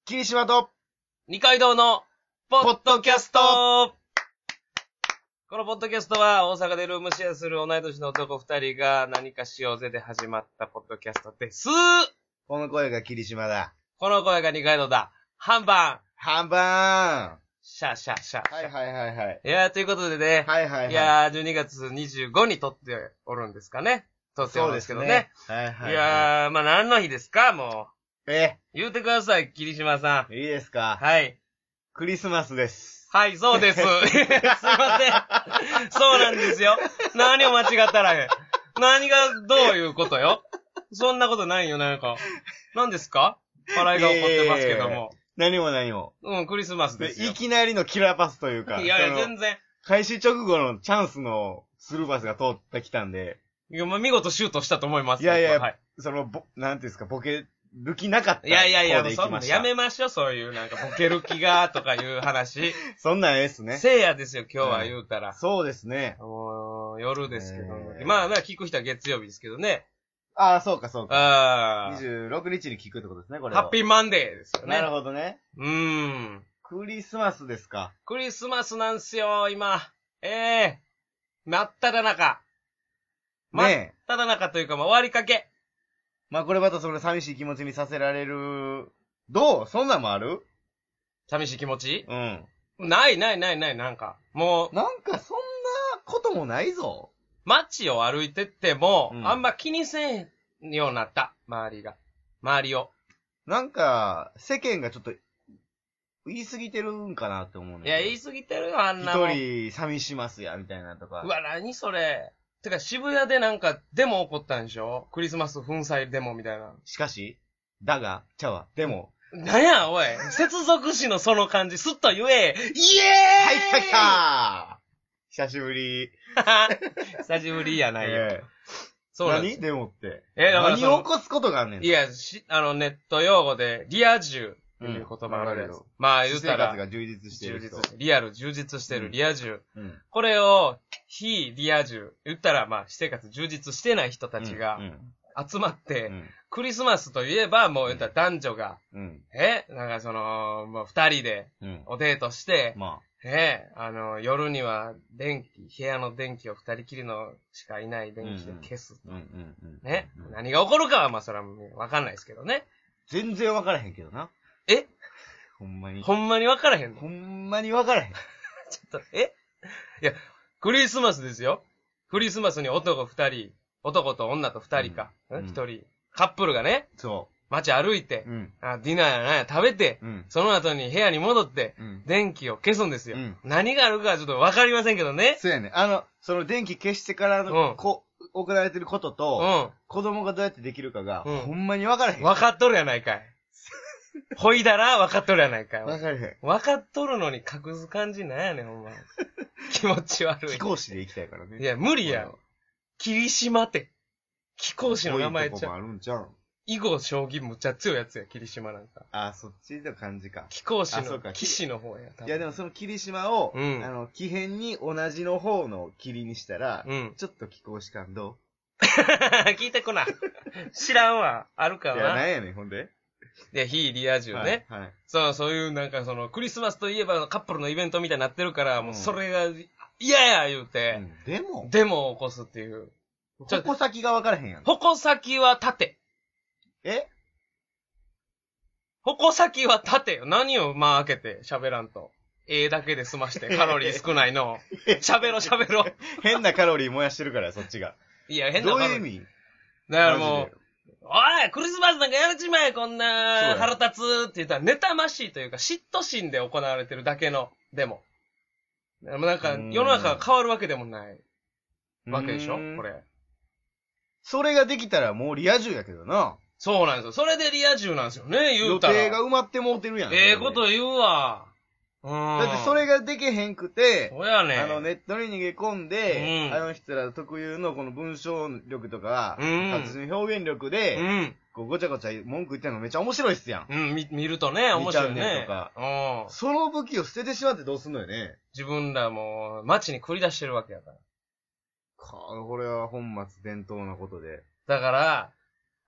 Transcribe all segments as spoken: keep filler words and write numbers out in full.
霧島と二階堂のポッドキャスト。このポッドキャストは大阪でルームシェアする同い年の男二人が何かしようぜで始まったポッドキャストです。 この声が霧島だ。 この声が二階堂だ。半番。 半番。 シャシャシャ。 はいはいはいはい。 いやー、ということでね。 はいはいはい。 いやー、じゅうにがつにじゅうごに撮っておるんですかね。撮っておるんですけどね。 そうですね。はいはい、はい。 いやー、まあ、何の日ですかもう。え言うてください、霧島さいいですか。 ん。はい。 クリスマスです。 はい、そうです。すいません。そうなんですよ。何を間違ったらへん。何がどういうことよ。そんなことないよ、なんか。何ですか笑いが起こってますけども。 何も何も。 うん、クリスマスですよ。 いきなりのキラーパスというか。 いやいや、全然。 開始直後のチャンスのスルーパスが通ってきたんで。 いや、まあ、見事シュートしたと思います。 いやいや、 はい、 その、ぼ、なんていうんですか、ボケる気なかった。 いやいやいや、そんなやめましょう、そういう、なんか、ボケる気が、とかいう話。 そんなんええっすね。 せいやですよ、今日は言うたら。うん、 そうですね。 もう、夜ですけど、えー、まあ、まあ、聞く人は月曜日ですけどね。 ああ、そうかそうか。 ああ。 にじゅうろくにちに聞くってことですね、これハッピーマンデーですよね。 なるほどね。 うーん。 クリスマスですか。 クリスマスなんすよ、今。ええー。真っ只中。真っ只中というか、まあ、終わりかけ。 まあ、これまたその寂しい気持ちにさせられる。どうそんなんもある寂しい気持ちうん。 ないないないない、なんか。もう。 なんかそんなこともないぞ。 街を歩いてっても、うん、あんま気にせんようになった。周りが。周りを。 なんか、世間がちょっと、言い過ぎてるんかなって思うんだけど。いや、言い過ぎてるよ、あんなもん。 一人寂しますや、みたいなとか。 うわ、何それ。てか、渋谷でなんか、デモ起こったんでしょクリスマス粉砕デモみたいな。 しかし、だが、ちゃうわ、デモ。 なんや、おい。接続詞のその感じ、すっと言え。イエーイはい、来た来た久しぶり。 久しぶりやないよ。えー、 そうなんです。何デモって。 えー、だから何を起こすことがあんねん。 いや、し、あの、ネット用語で、リア充っていう言葉があるやつ。うん、まあ言ったら。 生活が充実してる人。 充実リアル、充実してるリア充。 うん、 これを、非リア充。言ったら、まあ、私生活充実してない人たちが、集まって、うんうん、クリスマスといえば、もう言ったら男女が、うん、えなんかその、もう二人で、おデートして、うんまあええ、あの、夜には電気、部屋の電気を二人きりのしかいない電気で消す。ね。何が起こるかは、まあ、それはわかんないですけどね。 全然わからへんけどな。 えほんまに。 ほんまにわからへんのほんまにわからへん。ちょっと、えいや、クリスマスですよ。クリスマスに男二人、男と女と二人か、一、うん、人、カップルがね。 そう。 街歩いて、うん、あディナーやなんや食べて、うん、その後に部屋に戻って、うん、電気を消すんですよ、うん。何があるかはちょっとわかりませんけどね。 そうやね。あの、その電気消してからの、うん、こ、行われてることと、うん、子供がどうやってできるかが、うん、ほんまにわからへん。 わかっとるやないかい。ほいだらわかっとるやないかい。 わかるへん。 わかっとるのに隠す感じなんやねん、ほんま。気持ち悪い。 貴公子で行きたいからね。 いや、無理やん。霧島って。貴公子の名前ちゃう。 こういうとこもあるんちゃう囲碁将棋むっちゃ強いやつや、霧島なんか。 あ、そっちの感じか。 貴公子の、騎士の方や。 いやでもその霧島を、うん、あの、木偏に同じの方の霧にしたら、うん、ちょっと貴公子感どう聞いてこな。知らんわ。あるかな。 いや、なんやねん、ほんで。 いや、非リア充ね。はい。はい、そう、そういうなんかその、クリスマスといえばカップルのイベントみたいになってるから、うん、もうそれが、嫌や言うて、 うん、でもデモを起こすっていう。 矛先が分からへんやん。 矛先は縦。 え矛先は縦よ。何を間開けて喋らんと。ええだけで済ましてカロリー少ないの。喋ろ喋ろ。 変なカロリー燃やしてるから、そっちが。 いや、変なカロリー。 どういう意味だからもう、おいクリスマスなんかやめちまえこんな腹立つって言ったら、妬ましいというか、嫉妬心で行われてるだけの、でも。なんか、世の中が変わるわけでもないわけでしょこれ。 それができたらもうリア充やけどな。 そうなんですよ。それでリア充なんですよね、言うたら。 予定が埋まってもうてるやん。 ええこと言うわ。 うん。だってそれができへんくて、 そうやね。 あのネットに逃げ込んで、うん、あの人ら特有のこの文章力とか、うん、活字の表現力で、うん、こうごちゃごちゃ文句言ってるのめっちゃ面白いっすやん。 うん、見、見るとね、面白いね。 とか。うん。その武器を捨ててしまってどうすんのよね。 自分らもう、街に繰り出してるわけやから。 か、これは本末転倒なことで。 だから、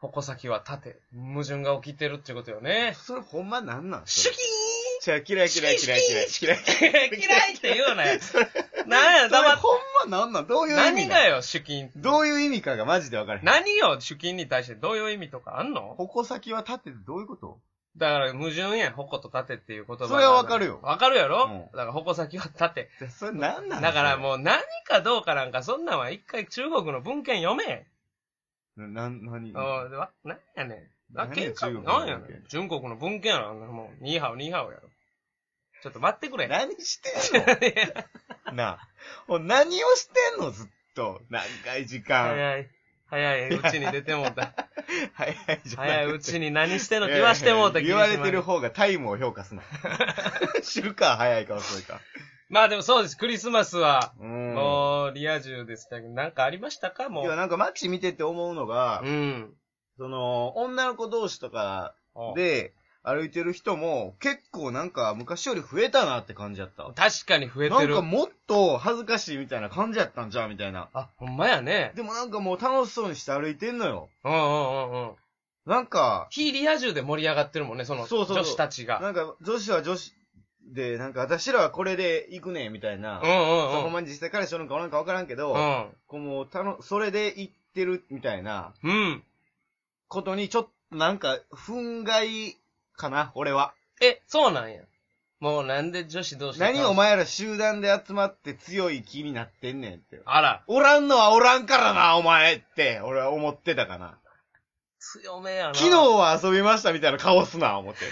矛先は縦。矛盾が起きてるってことよね。 それほんまなんなんシュキーンじゃあ、嫌い嫌い嫌い嫌い嫌い。 嫌いって言うなよ。なんや、 黙って。ほんまなんなんどういう意味何がよ、主金。 どういう意味かがマジで分からへん。 何よ、主金に対してどういう意味とかあんの？ 矛先は縦ってどういうこと？ だから矛盾やん、矛と縦っていう言葉。 それは分かるよ。 分かるやろ、うん、だから矛先は縦。 それ何なんだからもう何かどうかなんかそんなんは一回中国の文献読め。 な、な、何おー、わ、何やねん。 何や中国の文献。中国の文献やろ。もう、ニーハオニーハオやろ。ちょっと待ってくれ。 何してんのなあ。何をしてんのずっと。長い時間。 早い。早いうちに出てもうた。 早いじゃん。 早いうちに何してんの言わしてもうた。 言われてる方がタイムを評価すな。知るか、早いか遅いか。 まあでもそうです。クリスマスは、もう、リア充でしたけど、なんかありましたかもう。 いや、なんか街見てて思うのが、 うん。 その、女の子同士とかで歩いてる人も、結構なんか昔より増えたなって感じやった。 確かに増えてる。 なんかもっと恥ずかしいみたいな感じやったんじゃんみたいな。 あ、ほんまやね。 でもなんかもう楽しそうにして歩いてんのよ。 うんうんうんうん。 なんか、 非リア充で盛り上がってるもんね、その女子たちが。 なんか女子は女子、で、なんか私らはこれで行くねみたいな。 うんうんうん。 ほんまに実際彼氏おるんかおらんかわからんけど、うん。こうもうたの、それで行ってるみたいな。 うん。 ことにちょっとなんか、憤慨かな、俺は。 え、そうなんや。もうなんで女子同士で。 何お前ら集団で集まって強い気になってんねんって。 あら。 おらんのはおらんからな、お前って、俺は思ってたかな。 強めやな。 昨日は遊びましたみたいな顔すな、思って。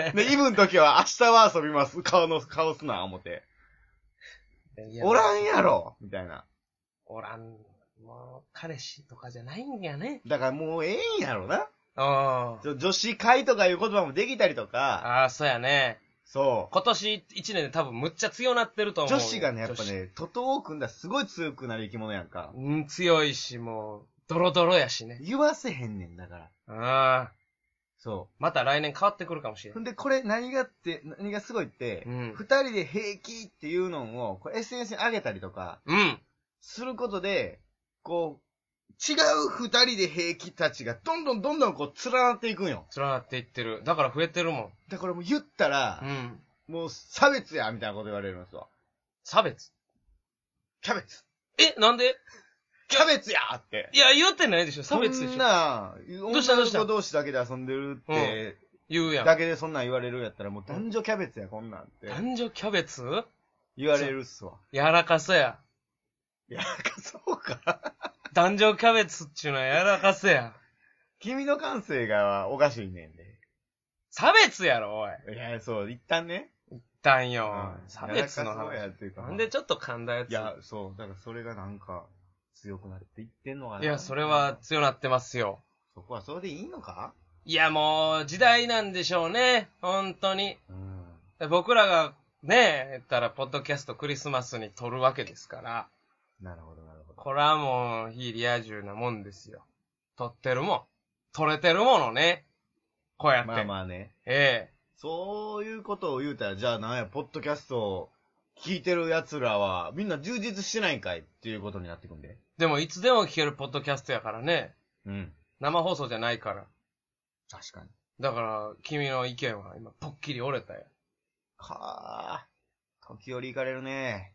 で、イブの時は明日は遊びます、顔の顔すな、思って。おらんやろみたいな。 おらん。もう、彼氏とかじゃないんやね。 だからもうええんやろな。 ああ。女子会とかいう言葉もできたりとか。 ああ、そうやね。 そう。 今年一年で多分むっちゃ強なってると思う。 女子がね、やっぱね、徒党を組んだらすごい強くなる生き物やんか。 うん、強いし、もう、ドロドロやしね。 言わせへんねんだから。 ああ。 そう。 また来年変わってくるかもしれない。 んで、これ何がって、何がすごいって、うん、二人で平気っていうのを、これ エスエヌエス に上げたりとか、うん。することで、こう、違う二人で平気たちがどんどんどんどんこう連なっていくんよ。 連なっていってる。だから増えてるもん。 だからもう言ったら、うん。もう差別やみたいなこと言われるんですわ。 差別キャベツ。 え、なんでキャベツやって。 いや、言ってないでしょ。差別でしょ。 そんな、どうしたどうした女の子同士だけで遊んでるって、うん、 言うやん。 だけでそんなん言われるやったらもう男女キャベツや、こんなんって。 男女キャベツ言われるっすわ。 柔らかそうや。 柔らかそうか。 男女キャベツっちゅうのは柔らかそうや。 君の感性がおかしいねんで。 差別やろ、おい。 いや、そう、一旦ね。 一旦よ。うん、差別の話。やっていうか。 なんでちょっと噛んだやつ。 いや、そう。だからそれがなんか、強くなっていってんのかな。 いや、それは強なってますよ。 そこはそれでいいのか？ いや、もう、時代なんでしょうね。本当に。うん、僕らが、ねえ、言ったら、ポッドキャストクリスマスに撮るわけですから。 なるほど、なるほど。 これはもう、非リア充なもんですよ。撮ってるもん。撮れてるものね。こうやって。 まあまあね。 ええ。 そういうことを言うたら、じゃあなんや、ポッドキャストを聞いてる奴らは、みんな充実してないんかいっていうことになってくんで。 でも、いつでも聞けるポッドキャストやからね。 うん。 生放送じゃないから。 確かに。 だから、君の意見は今、ぽっきり折れたよ。 はぁ。時折行かれるね。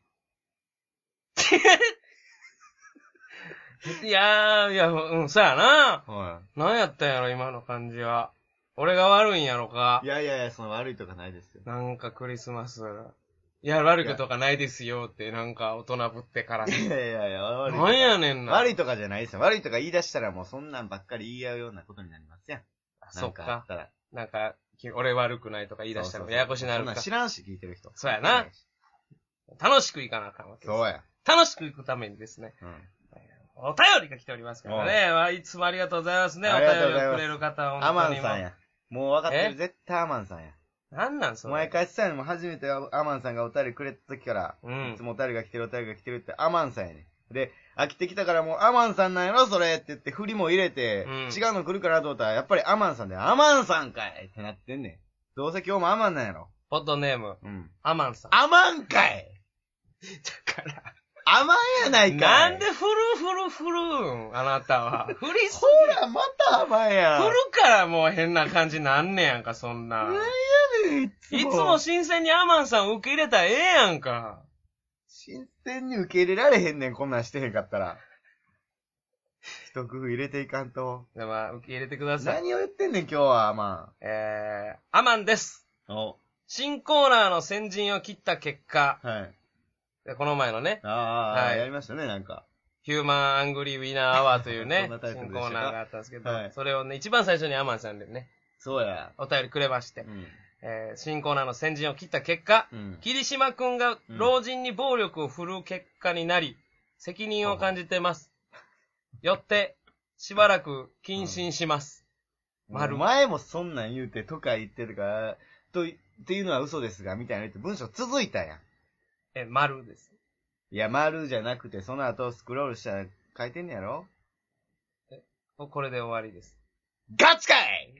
いやー、いや、うん、そうやな。 はい。 何やったんやろ、今の感じは。俺が悪いんやろか。 いやいやいや、その悪いとかないですよ。 なんかクリスマス。いや、悪いことかないですよって、なんか大人ぶってから。 いやいやいや、悪い。 何やねんな。 悪いとかじゃないですよ。悪いとか言い出したらもうそんなんばっかり言い合うようなことになりますやん。 そっか。なんか、俺悪くないとか言い出したらややこしなるか。そんな知らんし聞いてる人。 そうやな。楽しくいかなあかんわけです。 そうや。 楽しくいくためにですね。うん。お便りが来ておりますからね。まあ、いつもありがとうございますね。お便りをくれる方は本当に。 アマンさんや。もう分かってる。絶対アマンさんや。 なんなんそれ。 毎回したのも初めてアマンさんがお便りくれた時から、うん、いつもお便りが来てるお便りが来てるってアマンさんやね。で、飽きてきたからもうアマンさんなんやろそれって言って振りも入れて、うん、違うの来るかなと思ったら、やっぱりアマンさんで、アマンさんかいってなってんねん。どうせ今日もアマンなんやろ。 ポッドネーム。うん。アマンさん。 アマンかいだから。 甘えやないかい。 なんでフルフルフルんあなたは。振りすぎ。ほら、また甘えやん。 振るからもう変な感じなんねやんか、そんな。 なんやねん、いつも。 いつも新鮮にアマンさん受け入れたらええやんか。 新鮮に受け入れられへんねん、こんなんしてへんかったら。一工夫入れていかんと。 でまあ、受け入れてください。 何を言ってんねん、今日は、アマン。えー、アマンです。 お。 新コーナーの先陣を切った結果。 はい。 でこの前のね。 ああ、はい、やりましたね、なんか。 ヒューマンアングリーウィナーアワーというね、新コーナーがあったんですけど、はい、それをね、一番最初にアマンさんでね。 そうや。 お便りくれまして。うんえー、新コーナーの先陣を切った結果、うん、霧島くんが老人に暴力を振るう結果になり、責任を感じてます。よって、しばらく謹慎します。 うん、丸前もそんなん言うてとか言ってるから、と、っていうのは嘘ですが、みたいな言って文章続いたやん。 え、丸です。 いや、丸じゃなくて、その後スクロールしたら書いてんねやろ？ え、これで終わりです。 ガチかい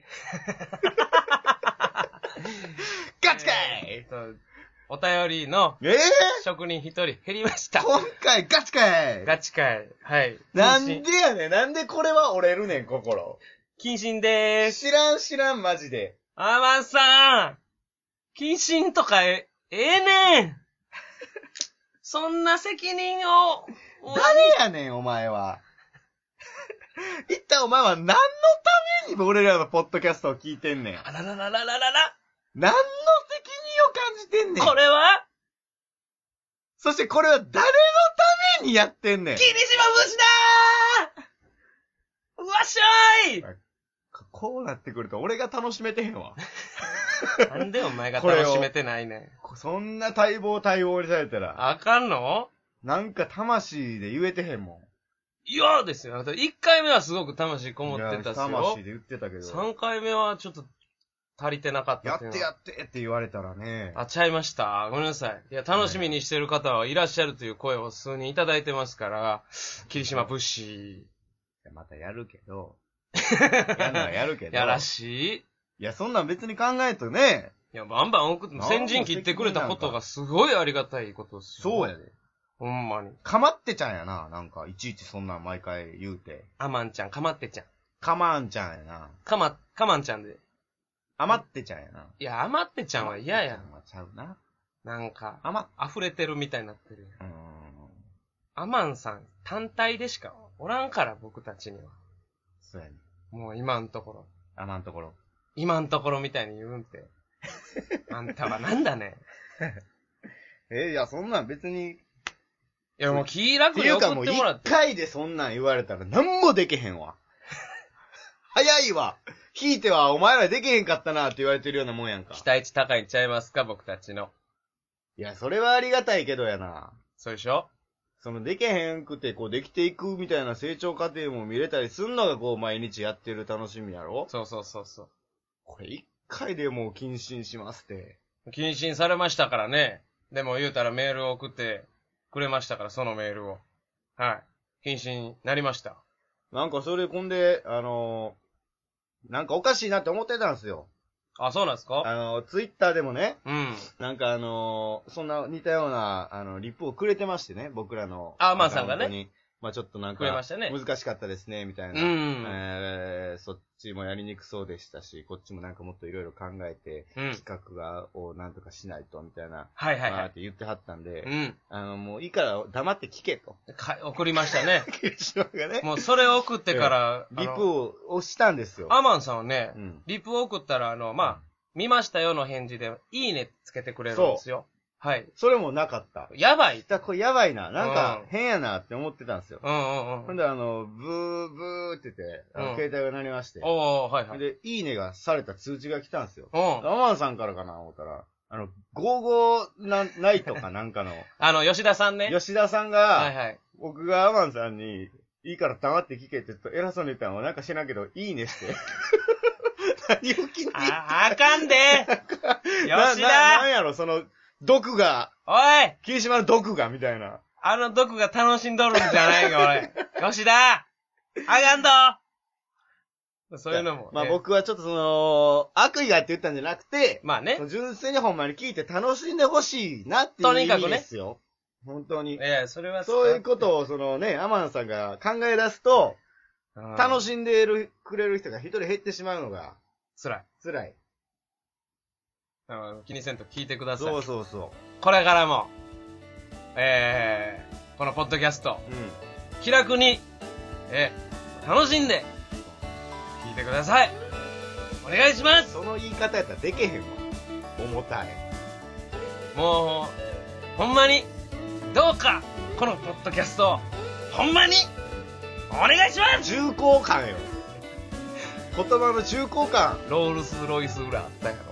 ガチかい、 えー、お便りの職人一人減りました。 今回ガチかいガチかい。はい。 なんでやねん。なんでこれは折れるねん、心。 謹慎でーす。 知らん知らん、マジで。 アマンさん謹慎とかえ、ええねんそんな責任を。 誰やねん、お前は。一体お前は何のために俺らのポッドキャストを聞いてんねん。 あららららららら。 何の責任を感じてんねん。 これはそしてこれは誰のためにやってんねん。 霧島節だーうわっしょーいこうなってくると俺が楽しめてへんわ。 なんでお前が楽しめてないねん。 そんな待望対応にされたら。 あかんのなんか魂で言えてへんもん。 いやーですよ。一回目はすごく魂こもってたっすよ。 魂で言ってたけど。 三回目はちょっと足りてなかったっていう。やってやってって言われたらね。 あ、ちゃいました。ごめんなさい。いや、楽しみにしてる方はいらっしゃるという声を数人いただいてますから、霧島物資。 またやるけど。やんのはやるけど。 やらしい。 いや、そんなん別に考えとね。 いや、バンバン送って、先陣切ってくれたことがすごいありがたいことですよ。そうやで。 ほんまに。 かまってちゃんやな。なんか、いちいちそんなん毎回言うて。 あまんちゃん、かまってちゃん。 かまんちゃんやな。 かま、かまんちゃんで。 あまってちゃんやな。 いや、あまってちゃんは嫌やん。 ちゃうな。 なんか、 あま、 溢れてるみたいになってるやん。うーん。 あまんさん、単体でしかおらんから、僕たちには。 そうやね。 もう今んところ。 あまんところ。 今んところみたいに言うんて。あんたはなんだね。 え、いや、そんなん別に。 いや、もう気楽に送ってもらって。っていうかもう一回でそんなん言われたら何もできへんわ。早いわ。ひいてはお前らできへんかったなって言われてるようなもんやんか。 期待値高いんちゃいますか、僕たちの。 いや、それはありがたいけどやな。 そうでしょ？ そのできへんくて、こうできていくみたいな成長過程も見れたりすんのがこう毎日やってる楽しみやろ？ そうそうそうそう。 これ一回でもう謹慎しますって。 謹慎されましたからね。でも言うたらメールを送ってくれましたから、そのメールを。はい。謹慎になりました。 なんかそれこんで、あのー、なんかおかしいなって思ってたんですよ。 あ、そうなんですか？ あのー、ツイッターでもね。 うん。 なんかあのー、そんな似たような、あの、リップをくれてましてね、僕らの。 あ、まあさんがね。 まあちょっとなんか、 くれましたね。 難しかったですね、みたいな。 うん。 えー、そっちもやりにくそうでしたし、こっちもなんかもっといろいろ考えて、うん、企画が、をなんとかしないと、みたいな。 はいはいはい。 って言ってはったんで、 うん。 あの、もういいから黙って聞けと。 か送りましたね。 がね。 もうそれを送ってから、 リプを押したんですよ。 アマンさんはね、うん、リプを送ったら、あの、まあ、うん、見ましたよの返事で、いいねつけてくれるんですよ。はい。 それもなかった。 やばい。 だこれやばいな。なんか変やなって思ってたんですよ。 うんうんうん。 ほんであの、ブーブーって言って、あの、うん、携帯が鳴りまして。 おー、はいはい。 で、いいねがされた通知が来たんですよ。 うん。 アマンさんからかな思ったら、あの、ゴーゴーな、ナイトかなんかの。 あの、吉田さんね。 吉田さんが、 はいはい。 僕がアマンさんに、いいから黙って聞けって言って偉そうに言ったのはなんか知らんけど、いいねして。何を気に入って。 あ、あかんで吉田な、なんやろ、その、毒が。 おい霧島の毒が、みたいな。 あの毒が楽しんどるんじゃないか、俺。吉田あかんとそういうのも。 まあ僕はちょっとその、悪意がって言ったんじゃなくて、 まあね。 純粋にほんまに聞いて楽しんでほしいなっていう意味ですよ。 本当に。 いや、それはそういうことを、そのね、アマンさんが考え出すと、楽しんでるくれる人が一人減ってしまうのが、 辛い。 辛い。 気にせんと聞いてください。 そうそうそう。 これからも、えー、このポッドキャスト、うん、気楽に、えー、楽しんで、聞いてください。お願いします。 その言い方やったらでけへんわ。重たい。 もう、ほんまに、どうか、このポッドキャスト、ほんまに、お願いします。 重厚感よ。言葉の重厚感。 ロールスロイス裏あったやろ。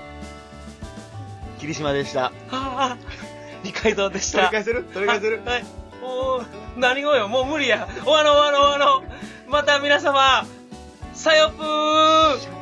霧島でした。はぁ、二階堂でした。 取り返せる取り返せるはい。もう、何語よ、もう無理や。終わろう終わろう終わろう。また皆様、さよぷー。